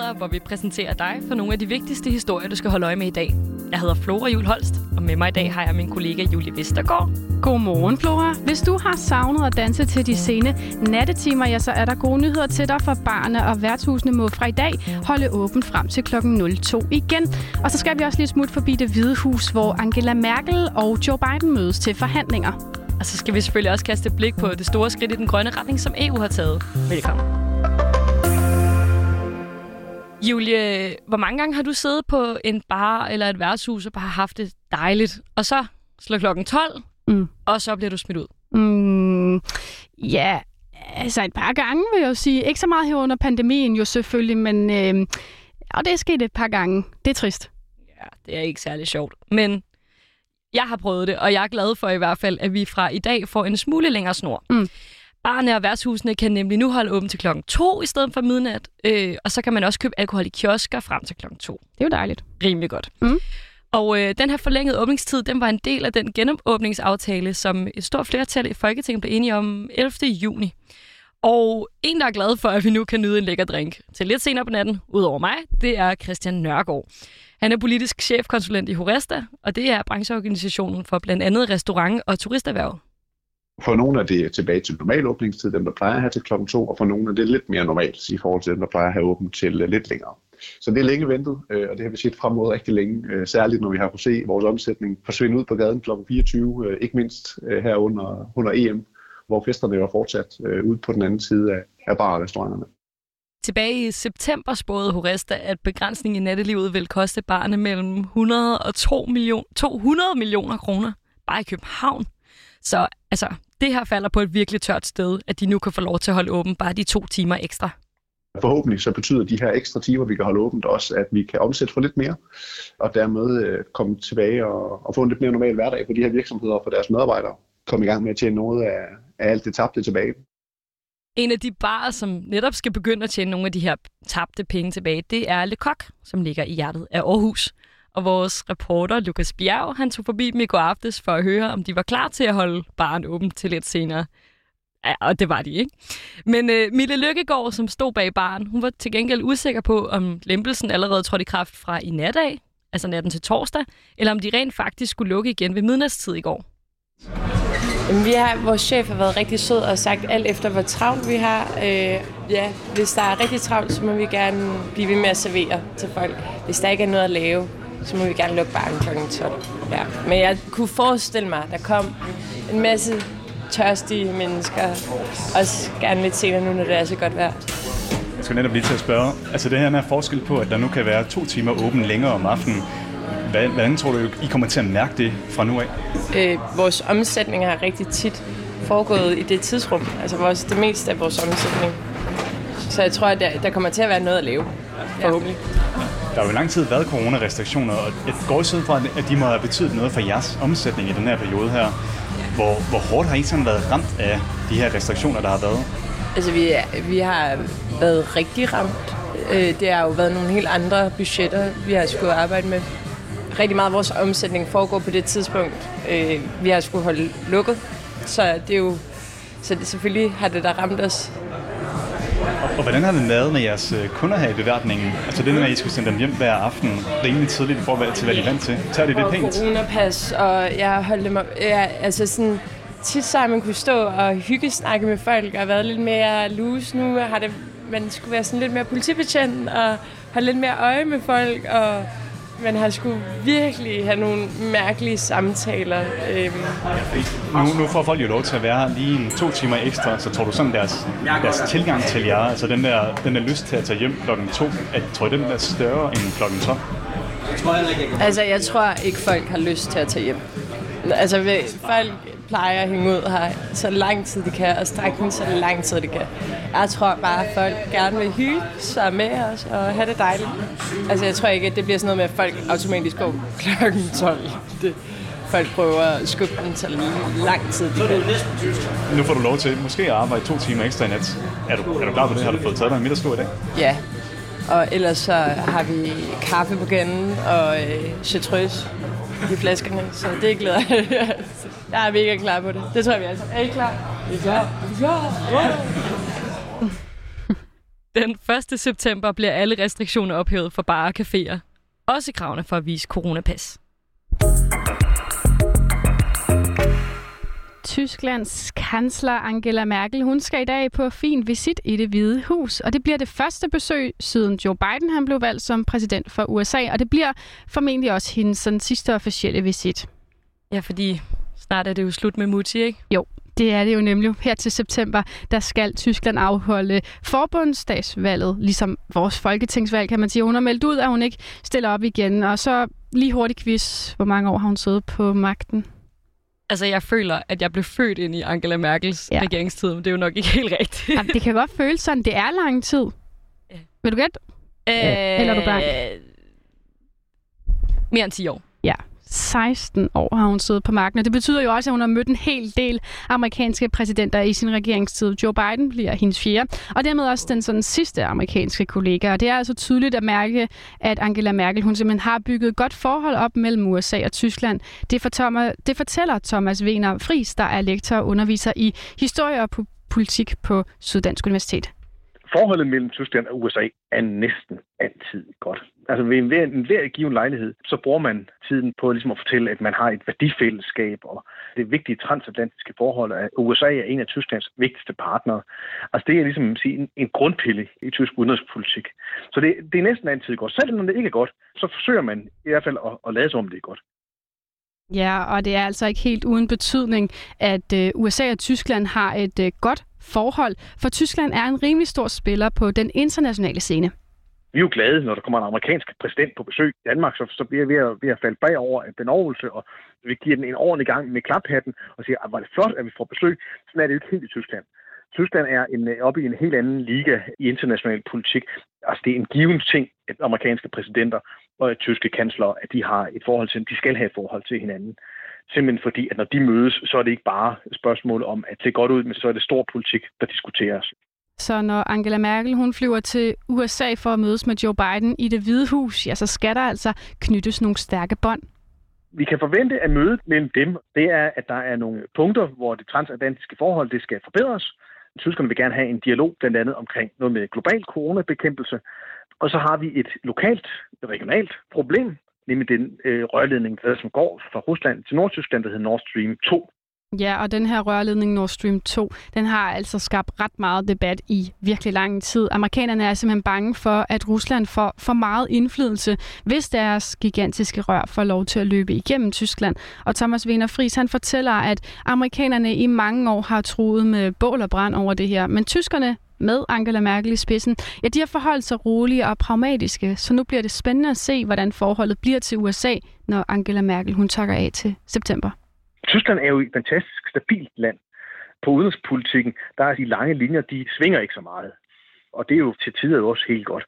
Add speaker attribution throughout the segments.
Speaker 1: Nyheder, hvor vi præsenterer dig for nogle af de vigtigste historier, du skal holde øje med i dag. Jeg hedder Flora Jul Holst, og med mig i dag har jeg min kollega Julie Vestergaard.
Speaker 2: Godmorgen, Flora. Hvis du har savnet at danse til de sene nattetimer, ja, så er der gode nyheder til dig, for barne- og værtshusene må fra i dag holde åbent frem til klokken 02 igen. Og så skal vi også lige smut forbi Det Hvide Hus, hvor Angela Merkel og Joe Biden mødes til forhandlinger.
Speaker 1: Og så skal vi selvfølgelig også kaste et blik på det store skridt i den grønne retning, som EU har taget. Velkommen. Julie, hvor mange gange har du siddet på en bar eller et værtshus og bare haft det dejligt, og så slår klokken 12, og så bliver du smidt ud?
Speaker 2: Ja, altså et par gange vil jeg jo sige. Ikke så meget her under pandemien jo selvfølgelig, men og det er sket et par gange. Det er trist.
Speaker 1: Ja, det er ikke særlig sjovt, men jeg har prøvet det, og jeg er glad for i hvert fald, at vi fra i dag får en smule længere snor. Barne- og værtshusene kan nemlig nu holde åbent til klokken 2 i stedet for midnat, og så kan man også købe alkohol i kiosker frem til klokken 2.
Speaker 2: Det er jo dejligt.
Speaker 1: Rimelig godt. Og den her forlængede åbningstid, den var en del af den genåbningsaftale, som et stort flertal i Folketinget blev enige om 11. juni. Og en, der er glad for, at vi nu kan nyde en lækker drink til lidt senere på natten, udover mig, det er Christian Nørgaard. Han er politisk chefkonsulent i Horesta, og det er brancheorganisationen for blandt andet restaurant- og turisterhverv.
Speaker 3: For nogle er det tilbage til normal åbningstid, dem der plejer at have til klokken 2, og for nogle er det lidt mere normalt i forhold til dem, der plejer at have åbent til lidt længere. Så det er længe ventet, og det har vi set frem mod rigtig længe, særligt når vi har kunnet se vores omsætning forsvinde ud på gaden klokken 24, ikke mindst her under EM, hvor festerne var fortsat ude på den anden side af bar- og restauranterne.
Speaker 1: Tilbage i september spåede Horesta, at begrænsningen i nattelivet vil koste barne mellem 100 og 200 millioner kroner bare i København. Så altså, det her falder på et virkelig tørt sted, at de nu kan få lov til at holde åben bare de 2 timer ekstra.
Speaker 3: Forhåbentlig så betyder de her ekstra timer, vi kan holde åbent også, at vi kan omsætte for lidt mere, og dermed komme tilbage og få en lidt mere normal hverdag for de her virksomheder og for deres medarbejdere. Komme i gang med at tjene noget af alt det tabte tilbage.
Speaker 1: En af de barer, som netop skal begynde at tjene nogle af de her tabte penge tilbage, det er Le Coq, som ligger i hjertet af Aarhus. Og vores reporter, Lukas Bjerg, han tog forbi dem i går aftes for at høre, om de var klar til at holde baren åben til lidt senere. Ja, og det var de ikke. Men Mille Lykkegaard, som stod bag baren, hun var til gengæld usikker på, om lempelsen allerede trådte i kraft fra i nat af, altså natten til torsdag, eller om de rent faktisk skulle lukke igen ved midnatstid i går.
Speaker 4: Vores chef har været rigtig sød og sagt alt efter, hvor travlt vi har. Hvis der er rigtig travlt, så må vi gerne blive ved med at servere til folk. Hvis der ikke er noget at lave, så må vi gerne lukke baren kl. 12. Ja. Men jeg kunne forestille mig, at der kom en masse tørstige mennesker, også gerne lidt senere nu, når det er så godt vejr.
Speaker 5: Jeg skal netop lige til at spørge, altså det her er forskel på, at der nu kan være 2 timer åben længere om aftenen. Hvordan tror du, I kommer til at mærke det fra nu af?
Speaker 4: Vores omsætning har rigtig tit foregået i det tidsrum. Altså det meste af vores omsætning. Så jeg tror, at der kommer til at være noget at lave. Forhåbentlig.
Speaker 5: Der har jo lang tid været coronarestriktioner, og jeg går sådan fra, at de må have betydet noget for jeres omsætning i den her periode her. Hvor hårdt har I sådan været ramt af de her restriktioner, der har været?
Speaker 4: Altså, vi har været rigtig ramt. Det har jo været nogle helt andre budgetter, vi har skulle arbejde med. Rigtig meget af vores omsætning foregår på det tidspunkt, vi har skulle holde lukket. Så det er jo, selvfølgelig har det der ramt os.
Speaker 5: Og hvordan har det været med jeres kunder her i beværtningen? Altså det med, at I skulle sende dem hjem hver aften rimelig tidligt i forhold til, hvad de er vant til. Tager de det pænt?
Speaker 4: Og coronapas, og jeg har holdt dem op. Altså sådan, tit så har man kunne stå og hyggesnakke med folk og været lidt mere loose. Nu har det, man skulle være sådan lidt mere politibetjent og have lidt mere øje med folk, og man har sgu virkelig have nogle mærkelige samtaler.
Speaker 5: Nu får folk jo lov til at være her lige 2 timer ekstra, så tror du sådan deres tilgang til jer, altså den der lyst til at tage hjem klokken 2, tror I den er større end klokken 12?
Speaker 4: Altså jeg tror ikke folk har lyst til at tage hjem. Altså folk plejer at hænge ud her så lang tid de kan, og strække den så lang tid de kan. Jeg tror bare, at folk gerne vil hygge sig med os og have det dejligt. Altså jeg tror ikke, at det bliver sådan noget med, at folk automatisk går klokken 12. Folk prøver at skubbe den så lang tid de kan.
Speaker 5: Nu får du lov til måske at arbejde 2 timer ekstra i nat. Er du klar på det? Har du fået taget dig en middagslur i dag?
Speaker 4: Ja, og ellers så har vi kaffe på gaden og chartreuse i flaskerne, så det glæder jeg. Jeg er mega klar på det. Det tror jeg, vi er. Er I klar? Ja.
Speaker 1: Den 1. september bliver alle restriktioner ophævet for barer og caféer. Også kravene for at vise coronapas.
Speaker 2: Tysklands kansler Angela Merkel, hun skal i dag på fin visit i Det Hvide Hus. Og det bliver det første besøg siden Joe Biden han blev valgt som præsident for USA. Og det bliver formentlig også hendes sådan, sidste officielle visit.
Speaker 1: Ja, fordi snart er det jo slut med Mutti, ikke?
Speaker 2: Jo, det er det jo nemlig. Her til september, der skal Tyskland afholde forbundsdagsvalget, ligesom vores folketingsvalg, kan man sige. Hun har meldt ud, at hun ikke stiller op igen. Og så lige hurtigt quiz, hvor mange år har hun siddet på magten?
Speaker 1: Altså, jeg føler, at jeg blev født ind i Angela Merkels regeringstid, men det er jo nok ikke helt rigtigt.
Speaker 2: Jamen, det kan godt føles sådan. Det er lang tid. Ja. Vil du gætte? Eller er du blank?
Speaker 1: Mere end 10 år.
Speaker 2: Ja. 16 år har hun siddet på magten, og det betyder jo også, at hun har mødt en hel del amerikanske præsidenter i sin regeringstid. Joe Biden bliver hendes 4., og dermed også den sådan sidste amerikanske kollega. Og det er altså tydeligt at mærke, at Angela Merkel hun simpelthen har bygget et godt forhold op mellem USA og Tyskland. Det fortæller Thomas Wener Friis, der er lektor og underviser i historie og politik på Syddansk Universitet.
Speaker 6: Forholdet mellem Tyskland og USA er næsten altid godt. Altså ved enhver given lejlighed, så bruger man tiden på ligesom at fortælle, at man har et værdifællesskab, og det vigtige transatlantiske forhold, at USA er en af Tysklands vigtigste partnere. Altså det er ligesom en grundpille i tysk udenrigspolitik. Så det er næsten altid godt. Selv når det ikke er godt, så forsøger man i hvert fald at lade sig om det er godt.
Speaker 2: Ja, og det er altså ikke helt uden betydning, at USA og Tyskland har et godt forhold, for Tyskland er en rimelig stor spiller på den internationale scene.
Speaker 6: Vi er jo glade, når der kommer en amerikansk præsident på besøg i Danmark, så bliver vi ved at falde bagover en benovelse, og vi giver den en ordentlig gang med klaphatten og siger, at var det flot, at vi får besøg. Sådan er det jo ikke helt i Tyskland. Tyskland er oppe i en helt anden liga i international politik. Altså det er en given ting, at amerikanske præsidenter og tyske kanslere, at de har et forhold til, de skal have et forhold til hinanden. Simpelthen fordi, at når de mødes, så er det ikke bare et spørgsmål om at se godt ud, men så er det stor politik, der diskuteres.
Speaker 2: Så når Angela Merkel hun flyver til USA for at mødes med Joe Biden i Det Hvide Hus, ja, så skal der altså knyttes nogle stærke bånd.
Speaker 6: Vi kan forvente, at mødet mellem dem, det er, at der er nogle punkter, hvor det transatlantiske forhold det skal forbedres. Tyskerne vil gerne have en dialog, blandt andet omkring noget med global coronabekæmpelse. Og så har vi et lokalt, regionalt problem, nemlig den rørledning, som går fra Rusland til Nordtyskland, der hedder Nord Stream 2.
Speaker 2: Ja, og den her rørledning Nord Stream 2, den har altså skabt ret meget debat i virkelig lang tid. Amerikanerne er simpelthen bange for, at Rusland får for meget indflydelse, hvis deres gigantiske rør får lov til at løbe igennem Tyskland. Og Thomas Wener Friis, han fortæller, at amerikanerne i mange år har truet med bål og brand over det her. Men tyskerne med Angela Merkel i spidsen, ja, de har forholdt sig rolige og pragmatiske. Så nu bliver det spændende at se, hvordan forholdet bliver til USA, når Angela Merkel hun takker af til september.
Speaker 6: Tyskland er jo et fantastisk stabilt land. På udenrigspolitikken, der er de lange linjer, de svinger ikke så meget. Og det er jo til tider også helt godt.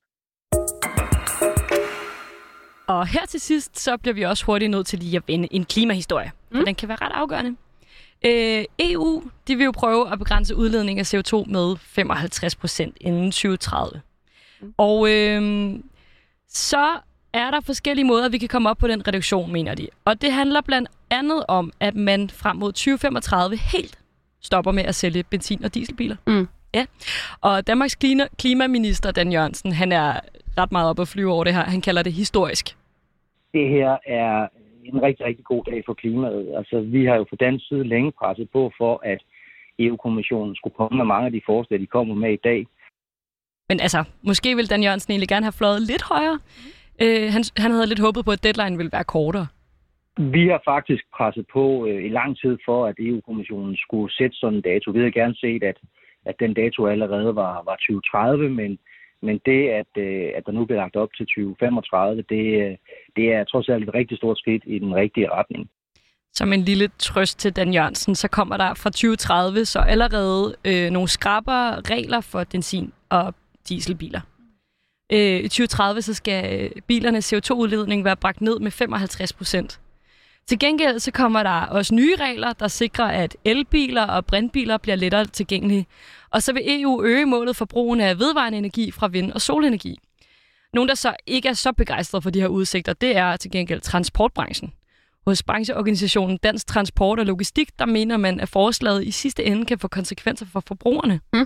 Speaker 1: Og her til sidst, så bliver vi også hurtigt nødt til lige at vende en klimahistorie. For den kan være ret afgørende. EU, de vil jo prøve at begrænse udledning af CO2 med 55% inden 2030. Og så er der forskellige måder, vi kan komme op på den reduktion, mener de. Og det handler blandt andet om, at man frem mod 2035 helt stopper med at sælge benzin- og dieselbiler. Ja. Og Danmarks klimaminister, Dan Jørgensen, han er ret meget oppe at flyve over det her. Han kalder det historisk.
Speaker 7: Det her er en rigtig, rigtig god dag for klimaet. Altså, vi har jo fra dansk side længe presset på for, at EU-kommissionen skulle komme med mange af de forslag, de kommer med i dag.
Speaker 1: Men altså, måske vil Dan Jørgensen egentlig gerne have fløjet lidt højere. Han havde lidt håbet på, at deadline ville være kortere.
Speaker 7: Vi har faktisk presset på i lang tid for, at EU-kommissionen skulle sætte sådan en dato. Vi havde gerne set, at den dato allerede var 2030, men det, at der nu bliver lagt op til 2035, det er trods alt et rigtig stort skridt i den rigtige retning.
Speaker 1: Som en lille trøst til Dan Jørgensen, så kommer der fra 2030 så allerede nogle skrappere regler for benzin- og dieselbiler. I 2030 så skal bilernes CO2-udledning være bragt ned med 55%. Til gengæld så kommer der også nye regler, der sikrer, at elbiler og brintbiler bliver lettere tilgængelige. Og så vil EU øge målet for brugen af vedvarende energi fra vind- og solenergi. Nogle, der så ikke er så begejstrede for de her udsigter, det er til gengæld transportbranchen. Hos brancheorganisationen Dansk Transport og Logistik, der mener man, at forslaget i sidste ende kan få konsekvenser for forbrugerne. Du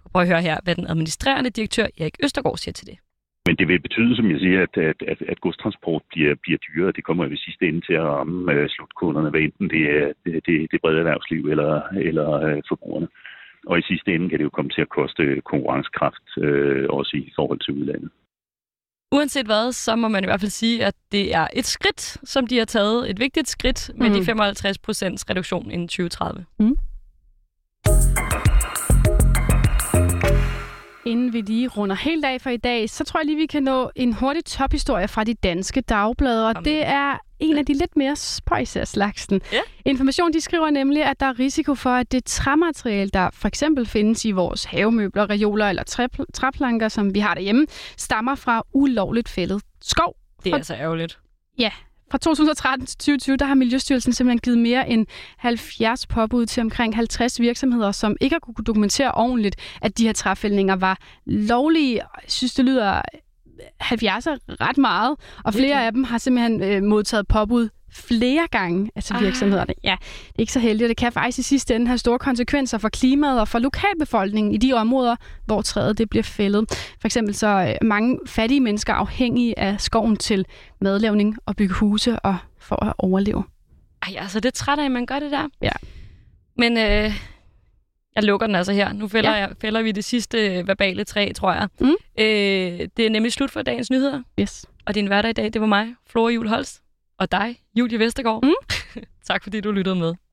Speaker 1: Og prøv at høre her, hvad den administrerende direktør Erik Østergaard siger til det.
Speaker 8: Men det vil betyde, som jeg siger, at godstransport bliver dyrere. Det kommer jo i sidste ende til at ramme slutkunderne, hvad enten det er det brede erhvervsliv eller forbrugerne. Og i sidste ende kan det jo komme til at koste konkurrencekraft, også i forhold til udlandet.
Speaker 1: Uanset hvad, så må man i hvert fald sige, at det er et skridt, som de har taget. Et vigtigt skridt med de 55% reduktion inden 2030.
Speaker 2: Inden vi lige runder helt af for i dag, så tror jeg lige, vi kan nå en hurtig tophistorie fra de danske dagblade. Og det er en af de lidt mere spøjse af slagsen. Ja. Information, de skriver nemlig, at der er risiko for, at det træmateriale, der for eksempel findes i vores havemøbler, reoler eller træplanker, som vi har derhjemme, stammer fra ulovligt fældet skov.
Speaker 1: Det er altså ærgerligt.
Speaker 2: Ja. Fra 2013 til 2020, der har Miljøstyrelsen simpelthen givet mere end 70 påbud til omkring 50 virksomheder, som ikke har kunne dokumentere ordentligt, at de her træfældninger var lovlige. Jeg synes, det lyder 70 ret meget, og flere af dem har simpelthen modtaget påbud flere gange, altså virksomhederne. Ja, det er ikke så heldigt, og det kan faktisk i sidste ende have store konsekvenser for klimaet og for lokalbefolkningen i de områder, hvor træet det bliver fældet. For eksempel så mange fattige mennesker afhængige af skoven til madlavning og bygge huse og for at overleve.
Speaker 1: Ej, altså det er træt af, at man gør det der.
Speaker 2: Ja.
Speaker 1: Men jeg lukker den altså her. Nu fælder vi det sidste verbale træ, tror jeg. Det er nemlig slut for dagens nyheder.
Speaker 2: Yes.
Speaker 1: Og din hverdag i dag, det var mig, Flora Juhl Holst. Og dig, Julie Vestergaard. Tak fordi du lyttede med.